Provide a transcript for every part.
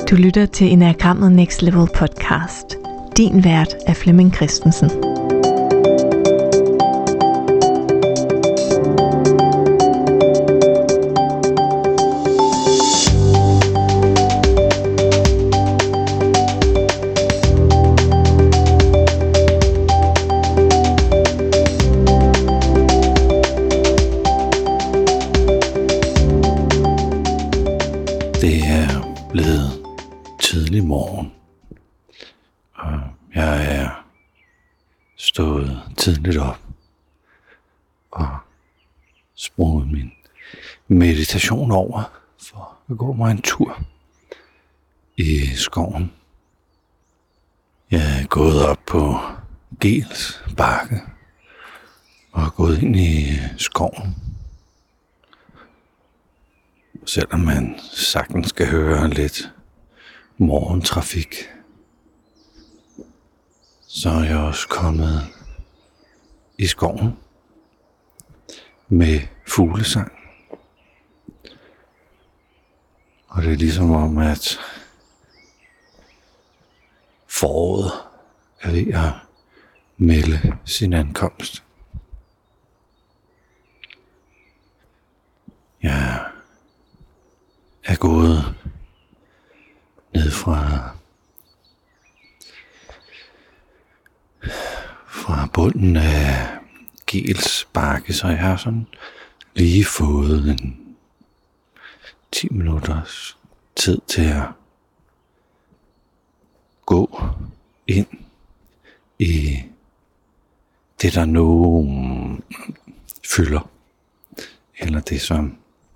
Du lytter til Enagrammet Next Level podcast. Din vært er Flemming Christensen. Det er blevet tidlig morgen, og jeg er stået tidligt op og sprunget min meditation over for at gå mig en tur i skoven. Jeg er gået op på Gels bakke og gået ind i skoven. Selvom man sagtens skal høre lidt morgentrafik, så er jeg også kommet i skoven med fuglesang. Og det er ligesom om, at foråret er ved at melde sin ankomst. Jeg er gået ned fra bunden af Gels bakke, så jeg har sådan lige fået en 10 minutters tid til at gå ind i det, der nu fylder, eller det, som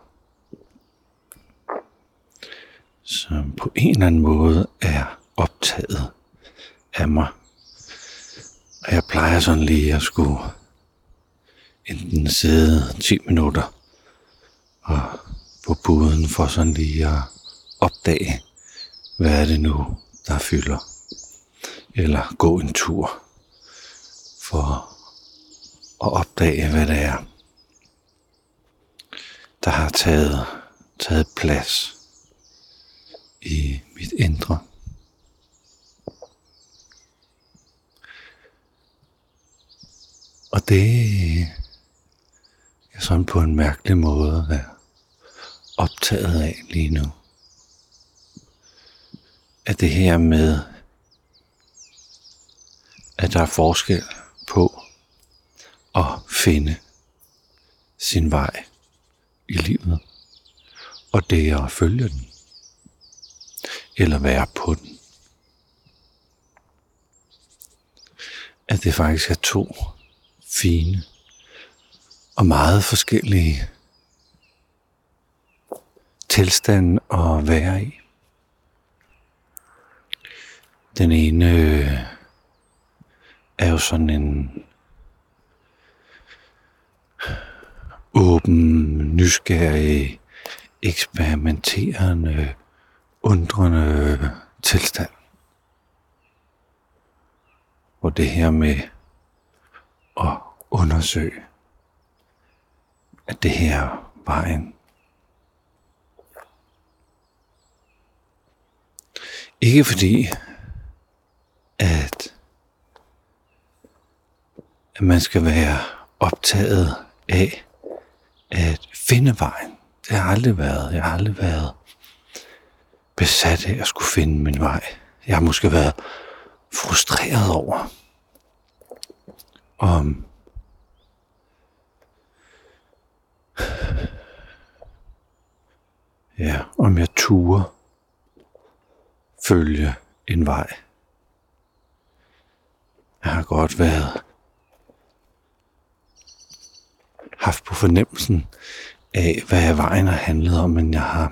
på en eller anden måde er optaget af mig. Og jeg plejer sådan lige at skulle enten sidde 10 minutter og på buden for sådan lige at opdage, hvad er det nu, der fylder. Eller gå en tur for at opdage, hvad det er, der har taget plads i mit indre. Og det er sådan på en mærkelig måde at være optaget af lige nu. At det her med, at der er forskel på at finde sin vej i livet, og det er at følge den, eller være på den. At det faktisk er to fine og meget forskellige tilstande at være i. Den ene er jo sådan en åben, nysgerrig, eksperimenterende, undrende tilstand. Hvor det her med at undersøge, at det her er vejen. Ikke fordi, at man skal være optaget af at finde vejen. Det har jeg aldrig været. Jeg har aldrig været besat af at skulle finde min vej. Jeg har måske været frustreret over, om jeg turde følge en vej. Jeg har godt haft på fornemmelsen af, hvad vejen har handlet om, men jeg har,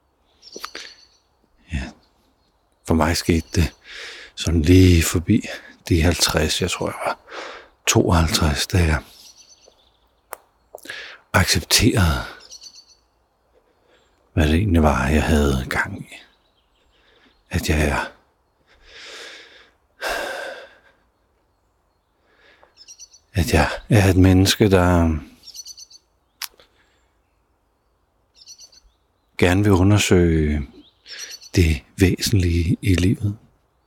for mig skete det sådan lige forbi de 50, jeg tror jeg var 52, da jeg accepterede, hvad det egentlig var, jeg havde gang i. At jeg er et menneske, der gerne vil undersøge det væsentlige i livet.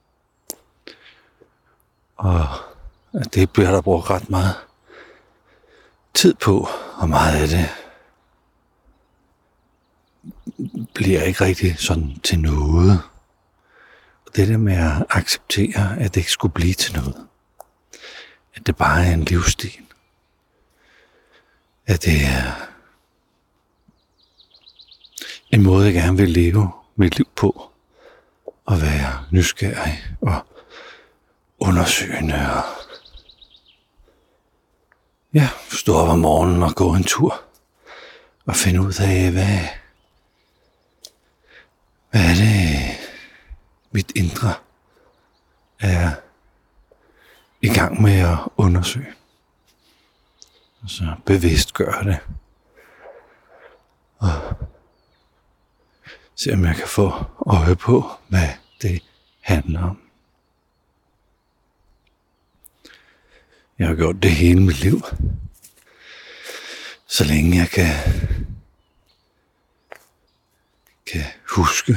Og det bliver der brugt ret meget tid på, og meget af det bliver ikke rigtig sådan til noget. Og det der med at acceptere, at det ikke skulle blive til noget. At det bare er en livsstil. At det er en måde, jeg gerne vil leve mit liv på. Og være nysgerrig og undersøgende. Og stå op om morgenen og gå en tur. Og finde ud af, hvad er det, mit indre er i gang med at undersøge. Og så bevidst gøre det. Og se om jeg kan få øje på, hvad det handler om. Jeg har gjort det hele mit liv. Så længe jeg kan huske,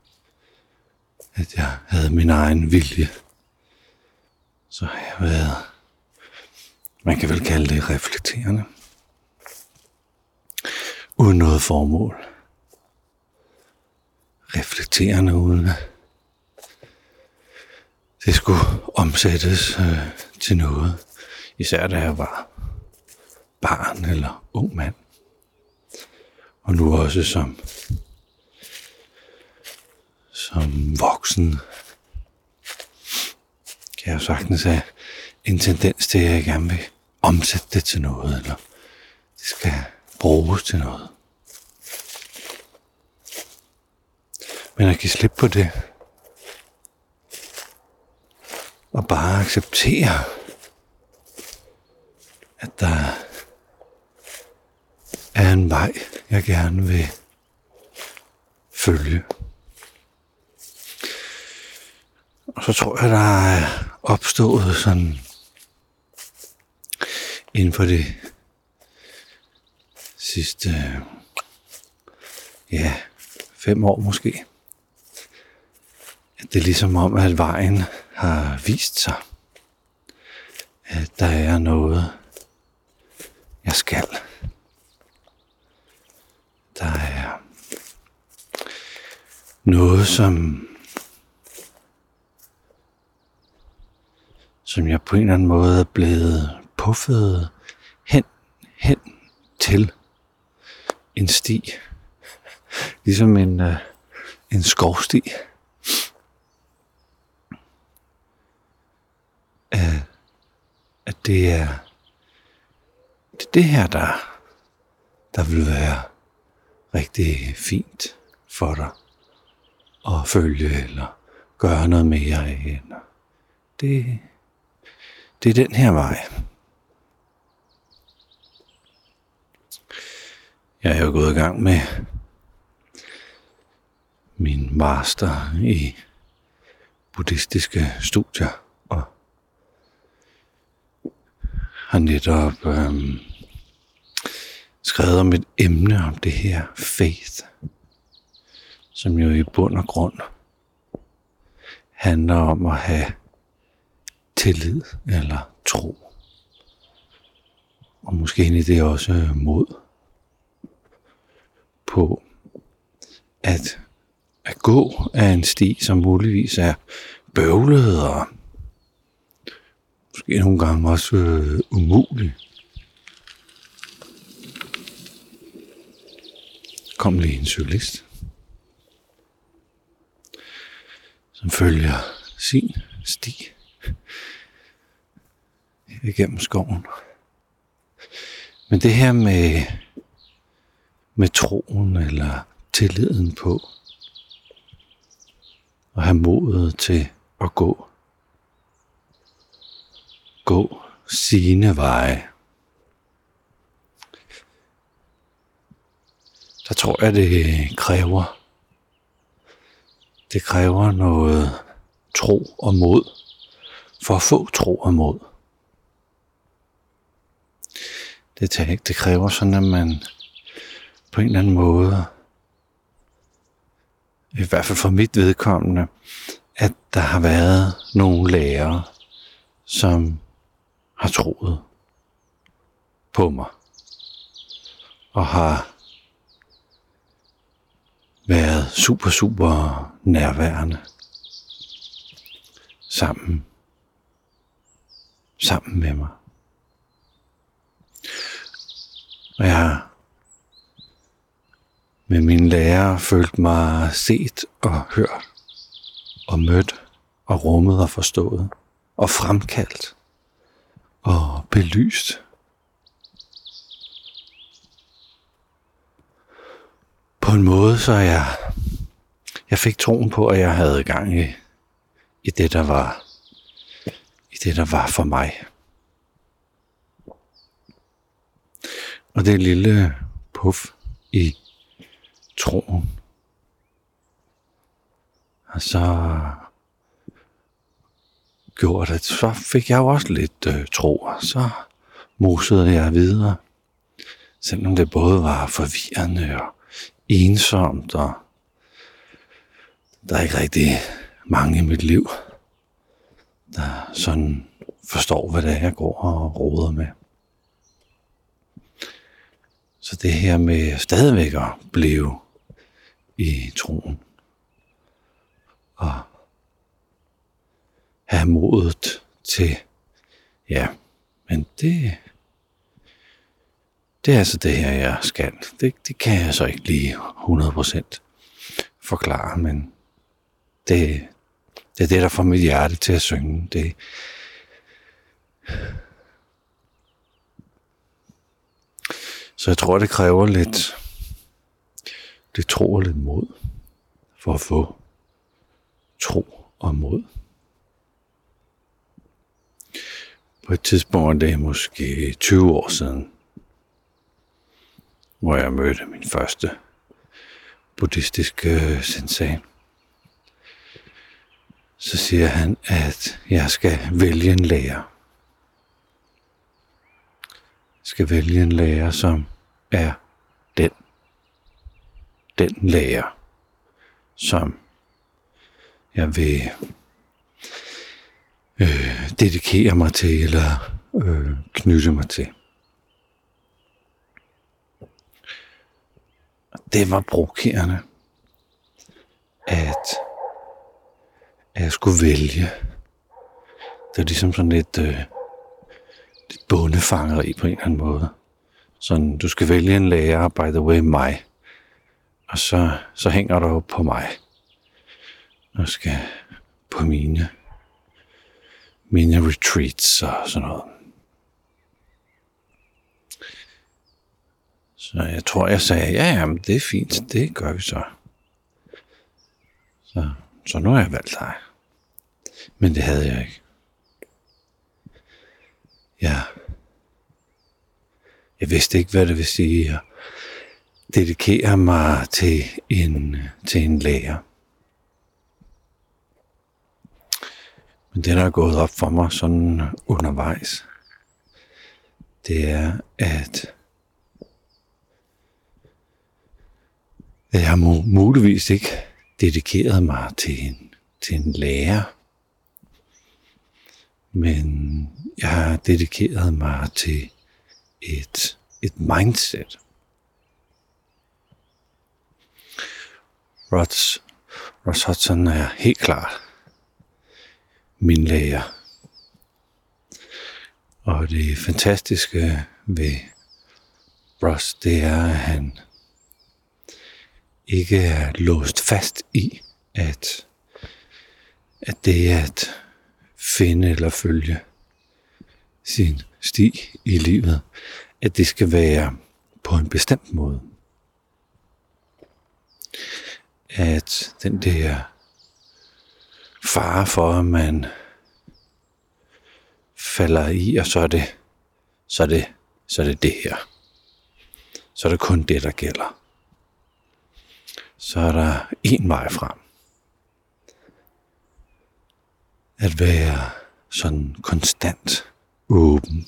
at jeg havde min egen vilje, så har jeg været, man kan vel kalde det reflekterende, uden noget formål. Reflekterende uden det skulle omsættes til noget, især da jeg var barn eller ung mand, og nu også som voksen, kan jeg sagtens have en tendens til, at jeg gerne vil omsætte det til noget, eller det skal bruges til noget. Men at give slip på det, og bare acceptere, at der er en vej, jeg gerne vil følge. Og så tror jeg, der er opstået sådan inden for det sidste 5 år måske. At det er ligesom om, at vejen har vist sig. At der er noget, jeg skal. Der er noget, som jeg på en eller anden måde er blevet puffet hen til en sti. Ligesom en skovsti. At det er det her, der vil være rigtig fint for dig at følge eller gøre noget mere af. Det er den her vej. Jeg er jo gået i gang med min master i buddhistiske studier og har netop skrevet om et emne om det her faith, som jo i bund og grund handler om at have tillid eller tro. Og måske ind i det også mod på at gå af en sti, som muligvis er bøvlet og måske nogle gange også umulig. Kom lige en cyklist, som følger sin sti igennem skoven. Men det her med troen eller tilliden på at have modet til at gå sine veje. Der tror jeg, det kræver noget tro og mod, for at få tro og mod. Det kræver sådan, at man på en eller anden måde i hvert fald for mit vedkommende, at der har været nogle lærere, som har troet på mig og har været super nærværende sammen med mig. Og jeg har med mine lærere følt mig set og hørt og mødt og rummet og forstået og fremkaldt og belyst. På en måde, så jeg fik troen på, at jeg havde gang i det, der var for mig. Og det lille puff i troen. Og så gjorde det, så fik jeg jo også lidt tro, og så mosede jeg videre. Selvom det både var forvirrende og ensomt, og der er ikke rigtig mange i mit liv, der sådan forstår, hvad det er, jeg går og roder med. Så det her med stadigvæk at blive i troen og have modet til, ja, men det er altså det her, jeg skal. Det kan jeg så ikke lige 100% forklare, men det er det, der får mit hjerte til at synge. Så jeg tror, det kræver lidt tro og lidt mod for at få tro og mod. På et tidspunkt, det er måske 20 år siden, hvor jeg mødte min første buddhistiske sensei. Så siger han, at jeg skal vælge en lærer. Jeg skal vælge en lærer, som er den lærer, som jeg vil dedikere mig til, eller knytte mig til. Det var provokerende, at jeg skulle vælge. Det var ligesom sådan lidt bondefangeri på en eller anden måde. Sådan, du skal vælge en lærer, by the way, mig. Og så hænger du på mig. Og skal på mine retreats og sådan noget. Så jeg tror, jeg sagde, ja, men det er fint, det gør vi så. Så nu har jeg valgt dig. Men det havde jeg ikke. Jeg vidste ikke, hvad det vil sige at dedikere mig til en lærer. Men det, der er gået op for mig sådan undervejs, det er, at jeg har muligvis ikke dedikeret mig til en lærer, men jeg har dedikeret mig til et mindset. Ross Hudson er helt klart min lærer. Og det fantastiske ved Ross, det er, at han ikke er låst fast i, at det er at finde eller følge sin sti i livet, at det skal være på en bestemt måde. At den der fare for, at man falder i, og så er det her. Så er det kun det, der gælder. Så er der en vej frem. At være sådan konstant åben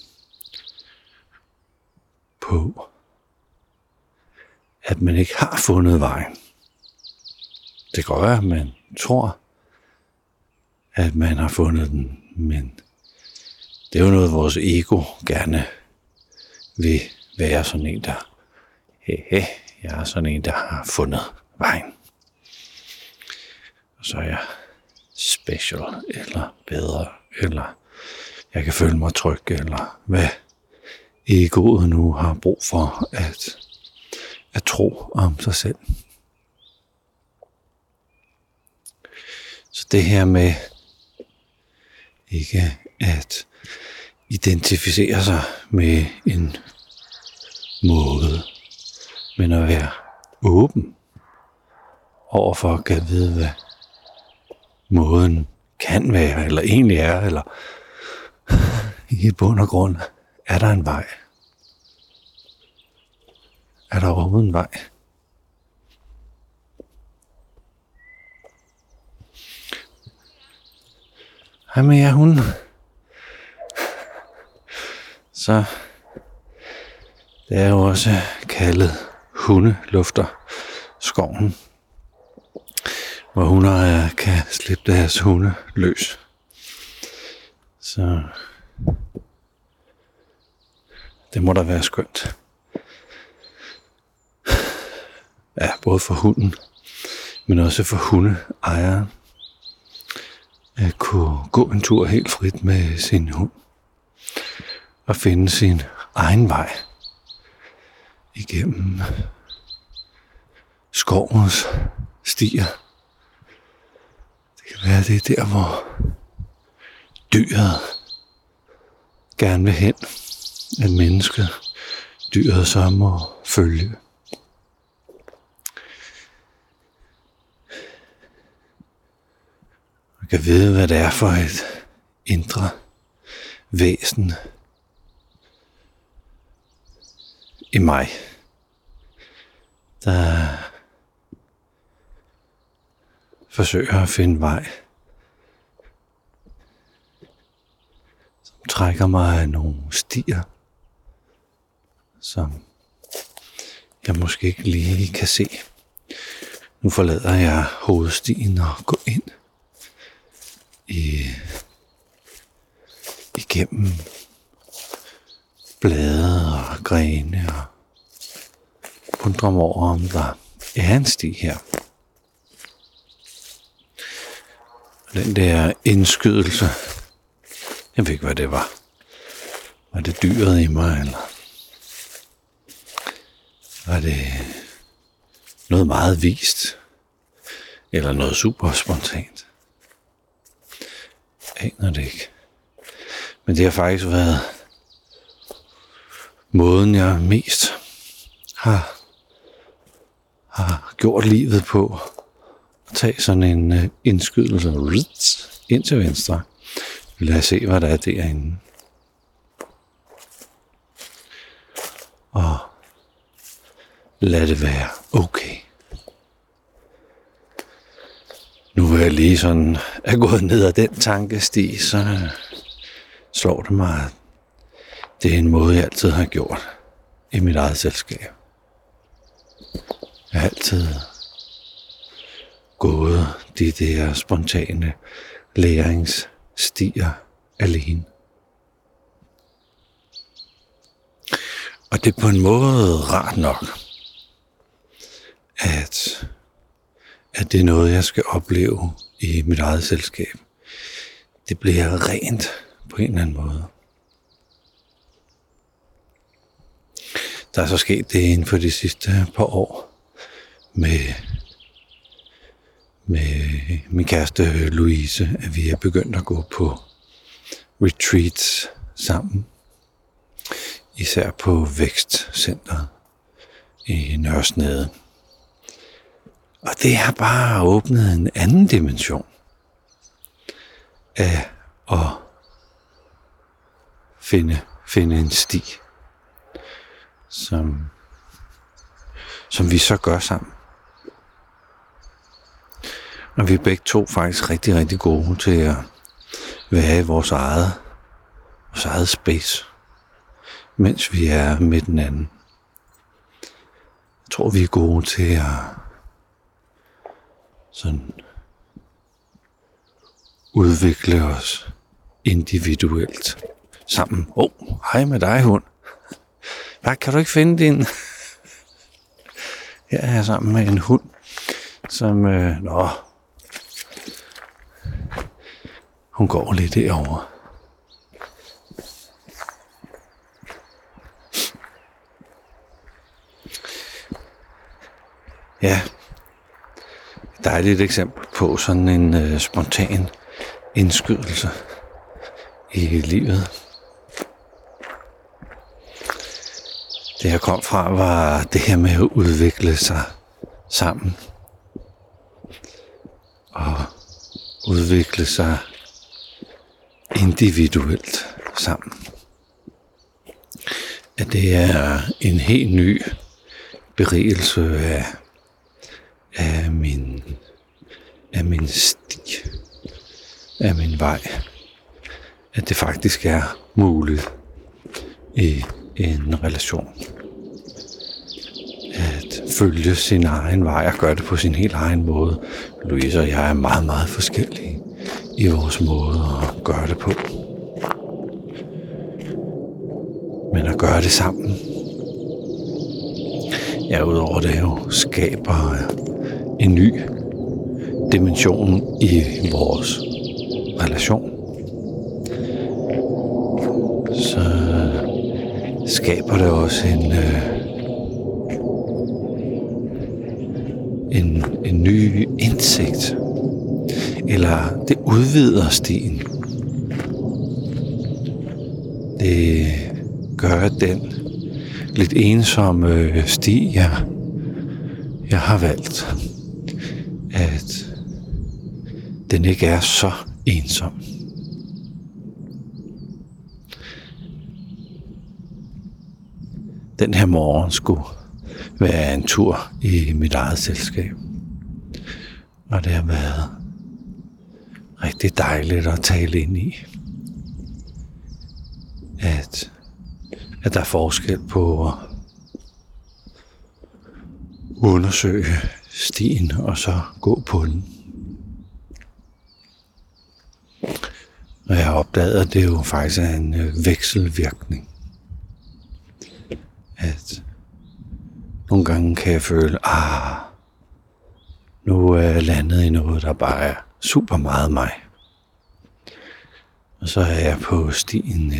på, at man ikke har fundet vejen. Det kan godt være, at man tror, at man har fundet den, men det er jo noget, vores ego gerne vil være sådan en, der jeg er sådan en, der har fundet vejen. Og så er jeg special, eller bedre, eller jeg kan føle mig tryg, eller hvad egoet nu har brug for at tro om sig selv. Så det her med ikke at identificere sig med en måde, men at være åben overfor at kan vide, hvad måden kan være, eller egentlig er, eller i bund og grund, er der en vej? Er der overhovedet en vej? Hej med jer hunde. Så det er jo også kaldet hundelufter skoven, hvor hundeejere kan slippe deres hunde løs. Så det må da være skønt. Ja, både for hunden, men også for hundeejeren. At kunne gå en tur helt frit med sin hund. Og finde sin egen vej igennem skovens stier. Det kan være, det er der, hvor dyret gerne vil hen, at mennesket, dyret så må følge. Man kan vide, hvad det er for et indre væsen i mig, der forsøger at finde vej, som trækker mig af nogle stier, som jeg måske ikke lige kan se. Nu forlader jeg hovedstien og går ind igennem blade og grene og undrer mig over, om der er en sti her. Den der indskydelse, jeg ved ikke, hvad det var. Var det dyret i mig, eller var det noget meget vist, eller noget super spontant? Jeg aner det ikke. Men det har faktisk været måden, jeg mest har gjort livet på. At tage sådan en indskydelse ind til venstre. Lad os se, hvad der er derinde. Og lad det være okay. Nu hvor jeg lige sådan er gået ned ad den tankesti, så slår det mig, at det er en måde, jeg altid har gjort i mit eget selskab. Jeg har altid gået de der spontane læringsstier alene. Og det er på en måde rart nok, at det er noget, jeg skal opleve i mit eget selskab. Det bliver rent på en eller anden måde. Der er så sket det inden for de sidste par år med min kæreste Louise, at vi er begyndt at gå på retreats sammen. Især på Vækstcentret i Nørresnede. Og det har bare åbnet en anden dimension af at finde en sti, som vi så gør sammen. Og vi er begge to faktisk rigtig, rigtig gode til at være i vores eget space, mens vi er med den anden. Jeg tror, vi er gode til sådan udvikle os individuelt sammen. Hej med dig, hund. Hvad, kan du ikke finde din? Her er jeg sammen med en hund, som, hun går lidt derovre. Ja, et dejligt eksempel på sådan en spontan indskydelse i livet. Det jeg kom fra var det her med at udvikle sig sammen. Og udvikle sig individuelt sammen. At det er en helt ny berigelse af min sti, af min vej. At det faktisk er muligt i en relation. At følge sin egen vej og gøre det på sin helt egen måde. Louise og jeg er meget, meget forskellige i vores måde at gøre det på. Men at gøre det sammen, ja, udover det jo skaber en ny dimension i vores relation, så skaber det også en ny indsigt, eller det udvider stien. Det gør den lidt ensomme sti, jeg har valgt, at den ikke er så ensom. Den her morgen skulle være en tur i mit eget selskab. Og det har været rigtig dejligt at tale ind i. At der er forskel på at undersøge stien og så gå på den. Og jeg har opdaget, at det jo faktisk er en vekselvirkning. At nogle gange kan jeg føle, nu er jeg landet i noget, der bare er super meget mig. Og så er jeg på stien.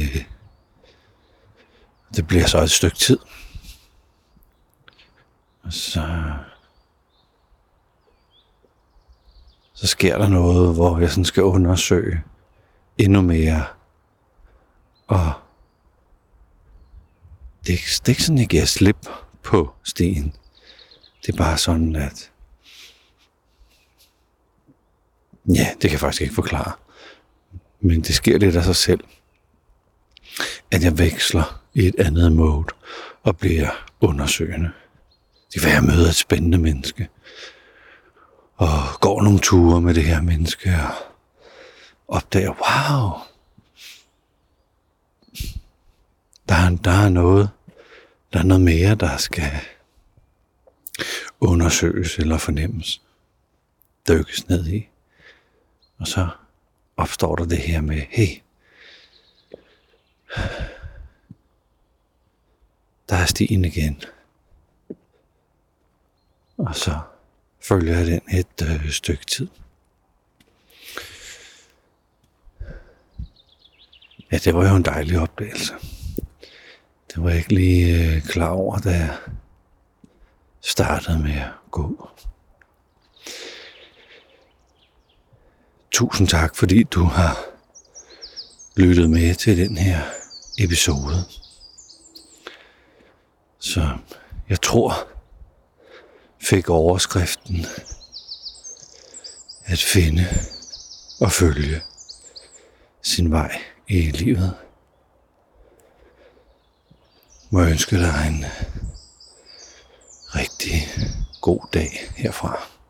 Det bliver så et stykke tid. Og så sker der noget, hvor jeg sådan skal undersøge endnu mere. Og det er ikke sådan, jeg giver slip på stien. Det er bare sådan, at ja, det kan jeg faktisk ikke forklare. Men det sker lidt af sig selv. At jeg veksler i et andet mode og bliver undersøgende. Det vil jeg møde et spændende menneske. Og går nogle ture med det her menneske og opdager, wow, der er noget mere, der skal undersøges eller fornemmes, dykkes ned i. Og så opstår der det her med, hey, der er stien igen. Og så følger jeg den et stykke tid. Ja, det var jo en dejlig opdagelse. Det var jeg ikke lige klar over, da jeg startede med at gå. Tusind tak, fordi du har lyttet med til den her episode. Så jeg tror, fik overskriften at finde og følge sin vej i livet. Må jeg ønske dig en rigtig god dag herfra.